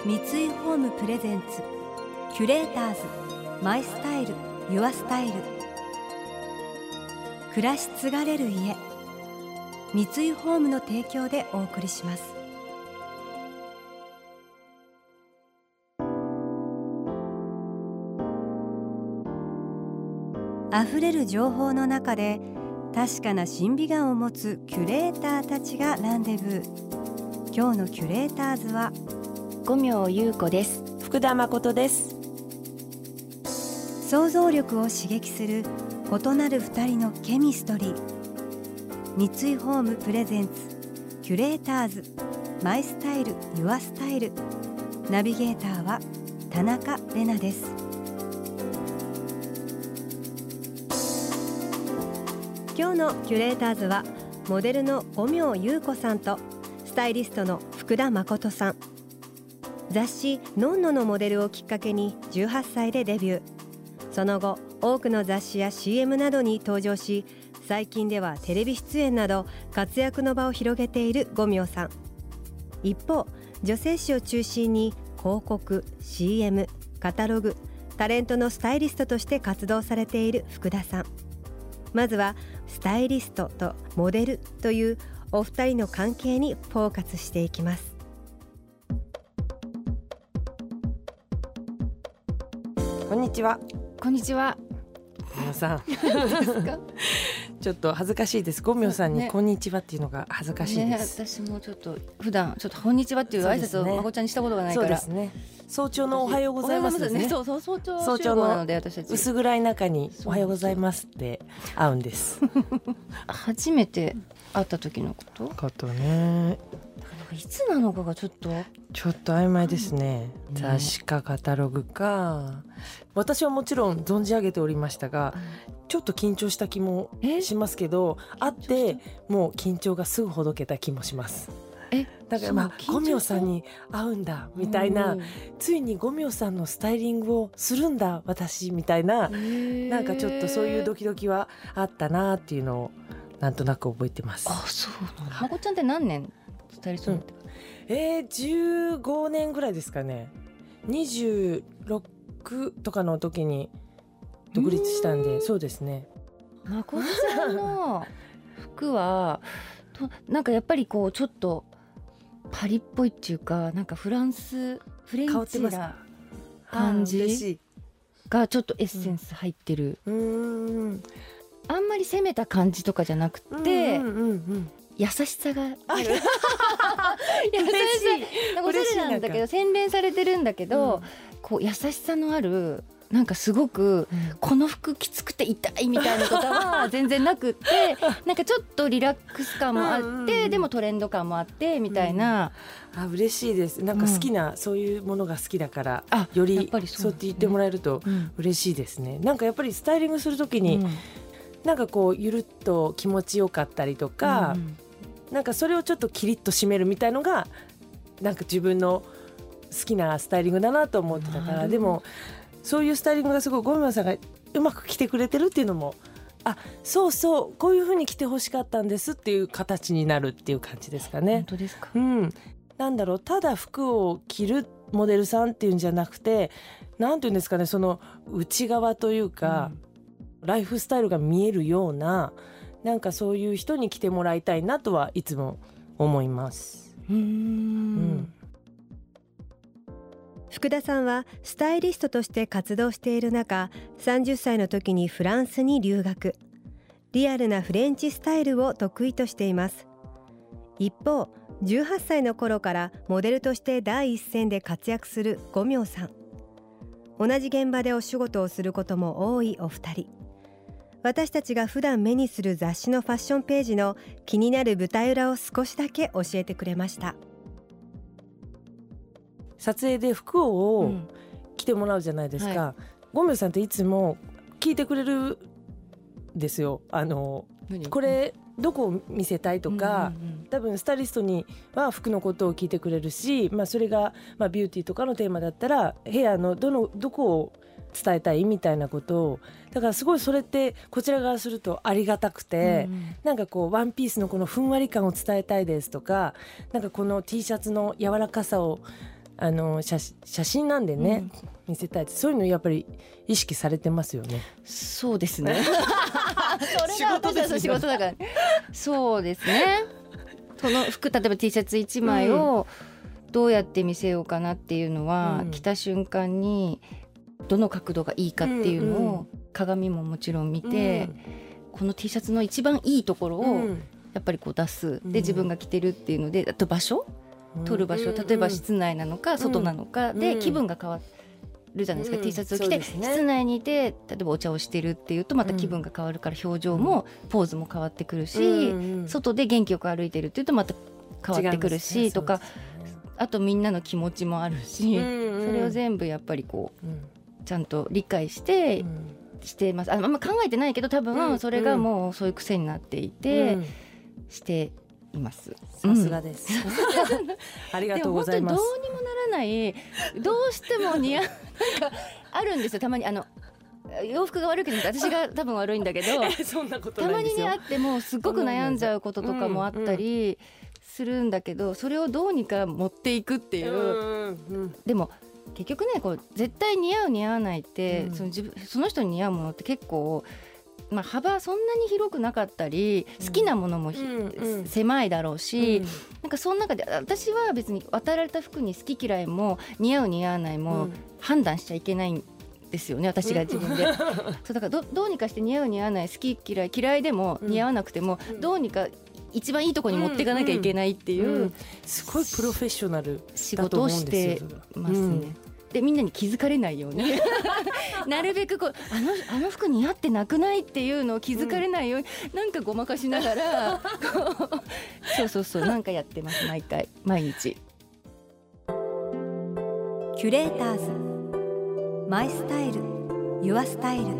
三井ホームプレゼンツキュレーターズマイスタイルユアスタイル。暮らし継がれる家、三井ホームの提供でお送りします。あふれる情報の中で確かな審美眼を持つキュレーターたちがランデブー。今日のキュレーターズは五明優子です。 福田誠です。 想像力を刺激する異なる二人のケミストリー。三井ホームプレゼンツキュレーターズマイスタイルユアスタイル。ナビゲーターは田中れなです。今日のキュレーターズはモデルの五明優子さんとスタイリストの福田誠さん。雑誌ノンノのモデルをきっかけに18歳でデビュー。その後多くの雑誌や CM などに登場し、最近ではテレビ出演など活躍の場を広げている五明さん。一方、女性誌を中心に広告、CM、カタログ、タレントのスタイリストとして活動されている福田さん。まずはスタイリストとモデルというお二人の関係にフォーカスしていきます。 こんにちは。 こんにちは。 皆さんですかちょっと恥ずかしいです。五明さんにこんにちはっていうのが恥ずかしいです、 私もちょっと普段ちょっとこんにちはっていう挨拶をまこちゃんにしたことがないから。 そうですね。早朝のおはようございますですね。 そう早朝なので、私たち薄暗い中におはようございますって会うんです初めて会った時のことね。 いつなのかがちょっと曖昧ですね。雑誌かカタログか。私はもちろん存じ上げておりましたが、ちょっと緊張した気もしますけど、会ってもう緊張がすぐほどけた気もします。だから五明さんに会うんだみたいな、ついに五明さんのスタイリングをするんだ私みたいな、なんかちょっとそういうドキドキはあったなっていうのをなんとなく覚えてます。 そうなの。まこちゃんって何年スタイリストになってから、 15年ぐらいですかね。26とかの時に独立したんで。そうですね。 まこちゃんの服はなんかやっぱりこうちょっとパリっぽいっていうか、なんかフレンチな感じがちょっとエッセンス入ってる、あんまり攻めた感じとかじゃなくて、優しさがある優しさ、おしゃれなんだけど洗練されてるんだけど、こう優しさのある、なんかすごくこの服きつくて痛いみたいなことは全然なくって、なんかちょっとリラックス感もあって、でもトレンド感もあってみたいな。 嬉しいです。なんか好きな、そういうものが好きだから、よりそうやって言ってもらえると嬉しいですね。なんかやっぱりスタイリングするときに、なんかこうゆるっと気持ちよかったりとか、なんかそれをちょっとキリッと締めるみたいのがなんか自分の好きなスタイリングだなと思ってたから。でもそういうスタイリングがすごい五明さんがうまく着てくれてるっていうのも、そうこういう風に着てほしかったんですっていう形になるっていう感じですかね。 本当ですか。 なんだろう、ただ服を着るモデルさんっていうんじゃなくて、なんていうんですかね、その内側というか、ライフスタイルが見えるような、なんかそういう人に着てもらいたいなとはいつも思います。 福田さんはスタイリストとして活動している中、30歳の時にフランスに留学。リアルなフレンチスタイルを得意としています。一方、18歳の頃からモデルとして第一線で活躍する五明さん。同じ現場でお仕事をすることも多いお二人。私たちが普段目にする雑誌のファッションページの気になる舞台裏を少しだけ教えてくれました。 撮影で服を着てもらうじゃないですか。五明さんっていつも聞いてくれるんですよ。これどこを見せたいとか、多分スタイリストには服のことを聞いてくれるし、それがビューティーとかのテーマだったらヘアのどこを伝えたいみたいなことを、だからすごいそれってこちら側するとありがたくて、なんかこうワンピースのこのふんわり感を伝えたいですとか、なんかこの T シャツの柔らかさを写真なんでね、見せたい。そういうのやっぱり意識されてますよね。 そうですねそれが私たちの仕事だから、そうですね。その服、例えば T シャツ1枚をどうやって見せようかなっていうのは、着た瞬間にどの角度がいいかっていうのを鏡ももちろん見て、この T シャツの一番いいところをやっぱりこう出す。で自分が着てるっていうので、あと場所、撮る場所、例えば室内なのか外なのかで気分が変わるじゃないですか。T シャツを着て室内にいて、例えばお茶をしてるっていうとまた気分が変わるから表情もポーズも変わってくるし、外で元気よく歩いてるっていうとまた変わってくるしとか、あとみんなの気持ちもあるし、それを全部やっぱりこうちゃんと理解してしてます。あんま考えてないけど多分それがもうそういう癖になっていてしています。 さすがです、ありがとうございます。 でも本当にどうにもならない、どうしても似合うなんかあるんですよ。たまに洋服が悪くて私が多分悪いんだけどそんなことたまないですよ。 にねあってもすごく悩んじゃうこととかもあったりするんだけど、それをどうにか持っていくっていう、でも結局ね、こう絶対似合う似合わないって、その人に似合うものって結構、幅そんなに広くなかったり、好きなものも、狭いだろうし、なんかその中で私は別に与えられた服に好き嫌いも似合う似合わないも判断しちゃいけないんですよね、私が自分でそうだからどうにかして似合う似合わない、好き嫌いでも似合わなくても、どうにか一番いいところに持っていかなきゃいけないっていう、 すごいプロフェッショナル仕事をしてますね。でみんなに気づかれないようになるべくこうあの服似合ってなくないっていうのを気づかれないように、なんかごまかしながらそうなんかやってます。毎日。 キュレーターズマイスタイルユアスタイル。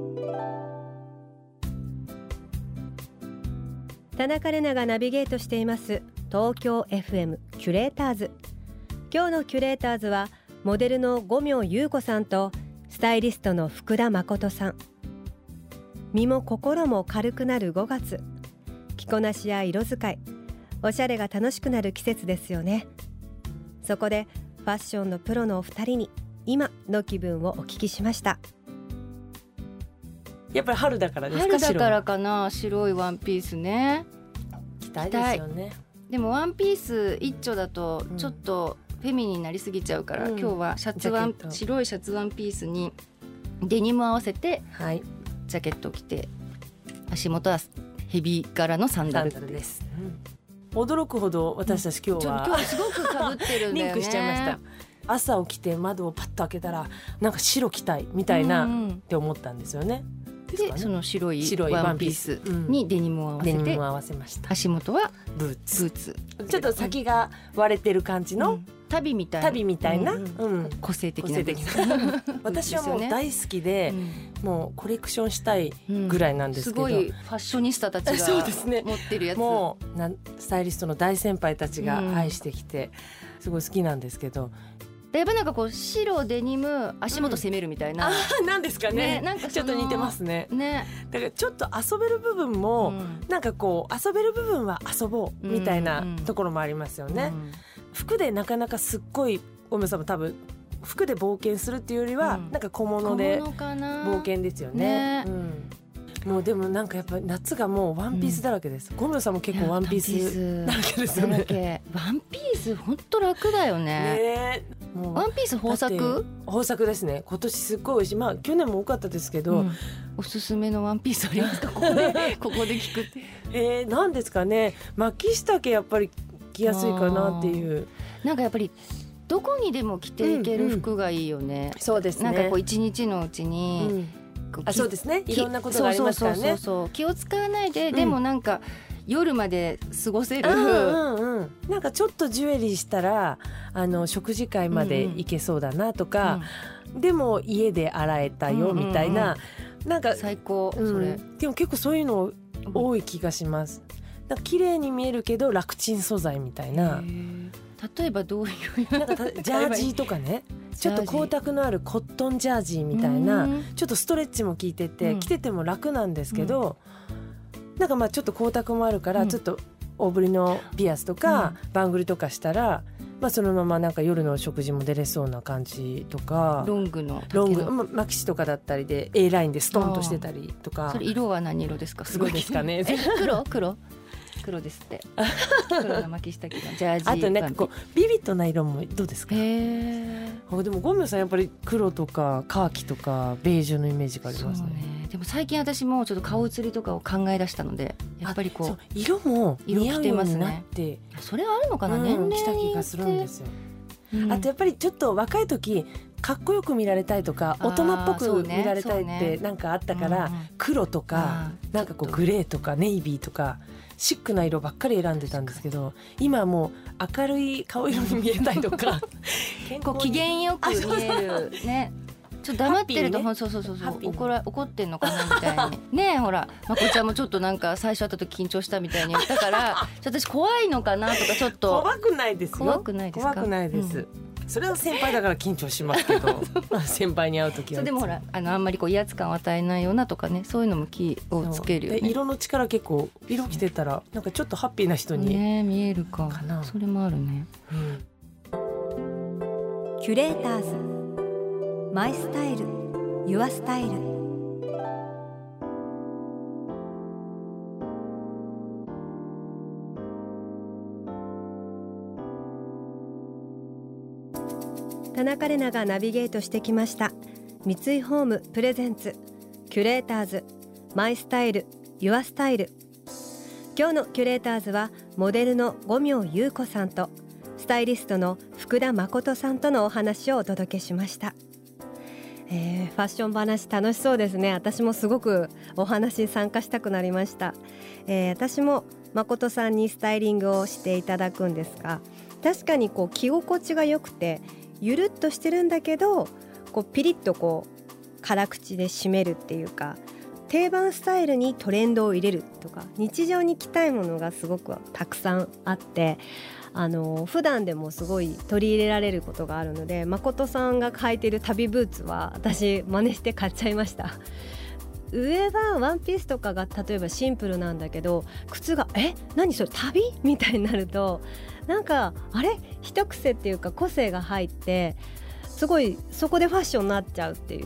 田中れながナビゲートしています東京 FM キュレーターズ。今日のキュレーターズはモデルの五明優子さんとスタイリストの福田誠さん。身も心も軽くなる5月、着こなしや色使い、おしゃれが楽しくなる季節ですよね。そこでファッションのプロのお二人に今の気分をお聞きしました。 やっぱり春だからですか？ 春だからかな。白いワンピースね、 着たいですよね。 でもワンピース一丁だとちょっとフェミニンになりすぎちゃうから、今日は白いシャツワンピースにデニム合わせて、ジャケットを着て、足元はヘビ柄のサンダルです。 驚くほど私たち今日はすごく被ってるんだよね。 リンクしちゃいました。朝起きて窓をパッと開けたらなんか白着たいみたいなって思ったんですよね。 でその白いワンピースにデニムを合わせて、 ました。 足元はブーツ、ちょっと先が割れてる感じの、 旅みたいな、個性的な私はもう大好きで、もうコレクションしたいぐらいなんですけど、 すごいファッショニスタたちが持ってるやつ、 もうスタイリストの大先輩たちが愛してきて、すごい好きなんですけど、 やっぱなんかこう白デニム足元攻めるみたいな、 なんですかね、 なんかちょっと似てますね。だからちょっと遊べる部分も、なんかこう遊べる部分は遊ぼうみたいなところもありますよね。服でなかなかすっごい、大村さんも多分服で冒険するっていうよりは、なんか小物で冒険ですよね。もうでもなんかやっぱ夏がもうワンピースだらけです。小室さんも結構ワンピースだらけですよね。 ワンピース本当楽だよね。ワンピース豊作ですね。今年すっごい美味しい。去年も多かったですけど、 おすすめのワンピースありますか？ここで聞くって。 なんですかね。巻き下着やっぱり着やすいかなっていう。 なんかやっぱりどこにでも着ていける服がいいよね。 そうですね。 なんかこう一日のうちに。 そうですね。いろんなことがありますからね。 気を使わないで、でもなんか夜まで過ごせる、 なんかちょっとジュエリーしたら食事会まで行けそうだなとか、でも家で洗えたよみたいな、なんか最高、それ。 でも結構そういうの多い気がします。なんか綺麗に見えるけど楽ちん素材みたいな。 例えばどういうなんかジャージーとかね、ちょっと光沢のあるコットンジャージーみたいな、ちょっとストレッチも効いてて、着てても楽なんですけど、なんかちょっと光沢もあるからちょっと大ぶりのピアスとか、バングルとかしたら、そのままなんか夜の食事も出れそうな感じとか、 ロングマキシとかだったりで A ラインでストンとしてたりとか。 それ色は何色ですか？ すごいですかね。 黒ですって。黒の巻き下着のジャージー。 あとなんかこうビビッドな色もどうですか？でもゴミョさんやっぱり黒とかカーキとかベージュのイメージがありますね。 でも最近私もちょっと顔写りとかを考え出したので、やっぱりこう色も似合うようになって、 それはあるのかな、年齢に来た気がするんですよ。あとやっぱりちょっと若い時かっこよく見られたいとか大人っぽく見られたいってなんかあったから、黒とかなんかこうグレーとかネイビーとかシックな色ばっかり選んでたんですけど、今はもう明るい顔色に見えたいとかこう機嫌よく見えるね。ちょっと黙ってると、そう怒ってんのかなみたいにね。ほらまこちゃんもちょっとなんか最初会った時緊張したみたいに言ったから私怖いのかなとかちょっと。 怖くないですよ。 怖くないですか？ 怖くないです、それは先輩だから緊張しますけど先輩に会う時は。 でもほらあんまりこう威圧感を与えないようなとかね、そういうのも気をつけるよね。 色の力結構色着てたらなんかちょっとハッピーな人に見えるかな。それもあるね。 キュレーターズマイスタイルユアスタイル。田中玲奈がナビゲートしてきました三井ホームプレゼンツキュレーターズマイスタイルユアスタイル。今日のキュレーターズはモデルの五明優子さんとスタイリストの福田誠さんとのお話をお届けしました。ファッション話楽しそうですね。私もすごくお話に参加したくなりました。私も誠さんにスタイリングをしていただくんですが、確かにこう着心地が良くてゆるっとしてるんだけど、こうピリッとこう辛口で締めるっていうか、定番スタイルにトレンドを入れるとか、日常に着たいものがすごくたくさんあって、普段でもすごい取り入れられることがあるので、誠さんが履いている旅ブーツは私真似して買っちゃいました。上はワンピースとかが例えばシンプルなんだけど、靴が何それ旅みたいになるとなんか一癖っていうか個性が入って、すごいそこでファッションになっちゃうっていう、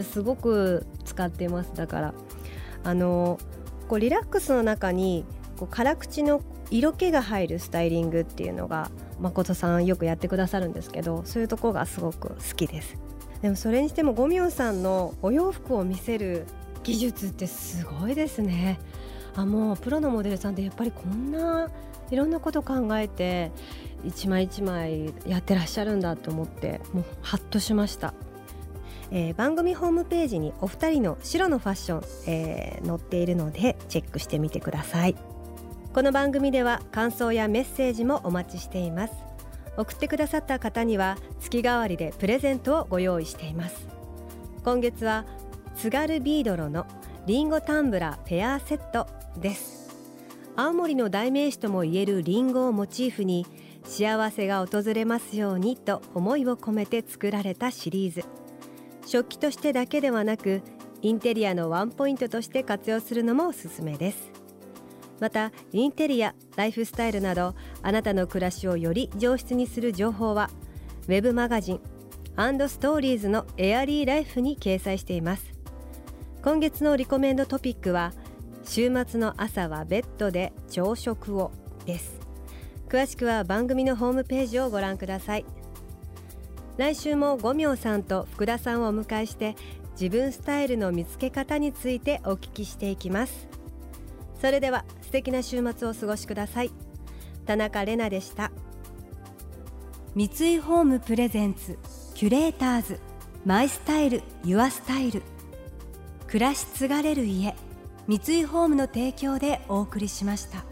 すごく使っています。だからこうリラックスの中にこう辛口の色気が入るスタイリングっていうのが誠さんよくやってくださるんですけど、そういうところがすごく好きです。でもそれにしても五明さんのお洋服を見せる技術ってすごいですね。もうプロのモデルさんってやっぱりこんないろんなこと考えて一枚一枚やってらっしゃるんだと思って、もうハッとしました。番組ホームページにお二人の白のファッション、載っているのでチェックしてみてください。この番組では感想やメッセージもお待ちしています。送ってくださった方には月替わりでプレゼントをご用意しています。今月は津軽ビードロのリンゴタンブラーペアセットです。青森の代名詞ともいえるリンゴをモチーフに、幸せが訪れますようにと思いを込めて作られたシリーズ。食器としてだけではなく、インテリアのワンポイントとして活用するのもおすすめです。またインテリア、ライフスタイルなどあなたの暮らしをより上質にする情報はウェブマガジン&ストーリーズのエアリーライフに掲載しています。今月のリコメンドトピックは、週末の朝はベッドで朝食をです。詳しくは番組のホームページをご覧ください。来週も五明さんと福田さんをお迎えして、自分スタイルの見つけ方についてお聞きしていきます。それでは素敵な週末をお過ごしください。田中玲奈でした。三井ホームプレゼンツキュレーターズマイスタイルユアスタイル。暮らし継がれる家、三井ホームの提供でお送りしました。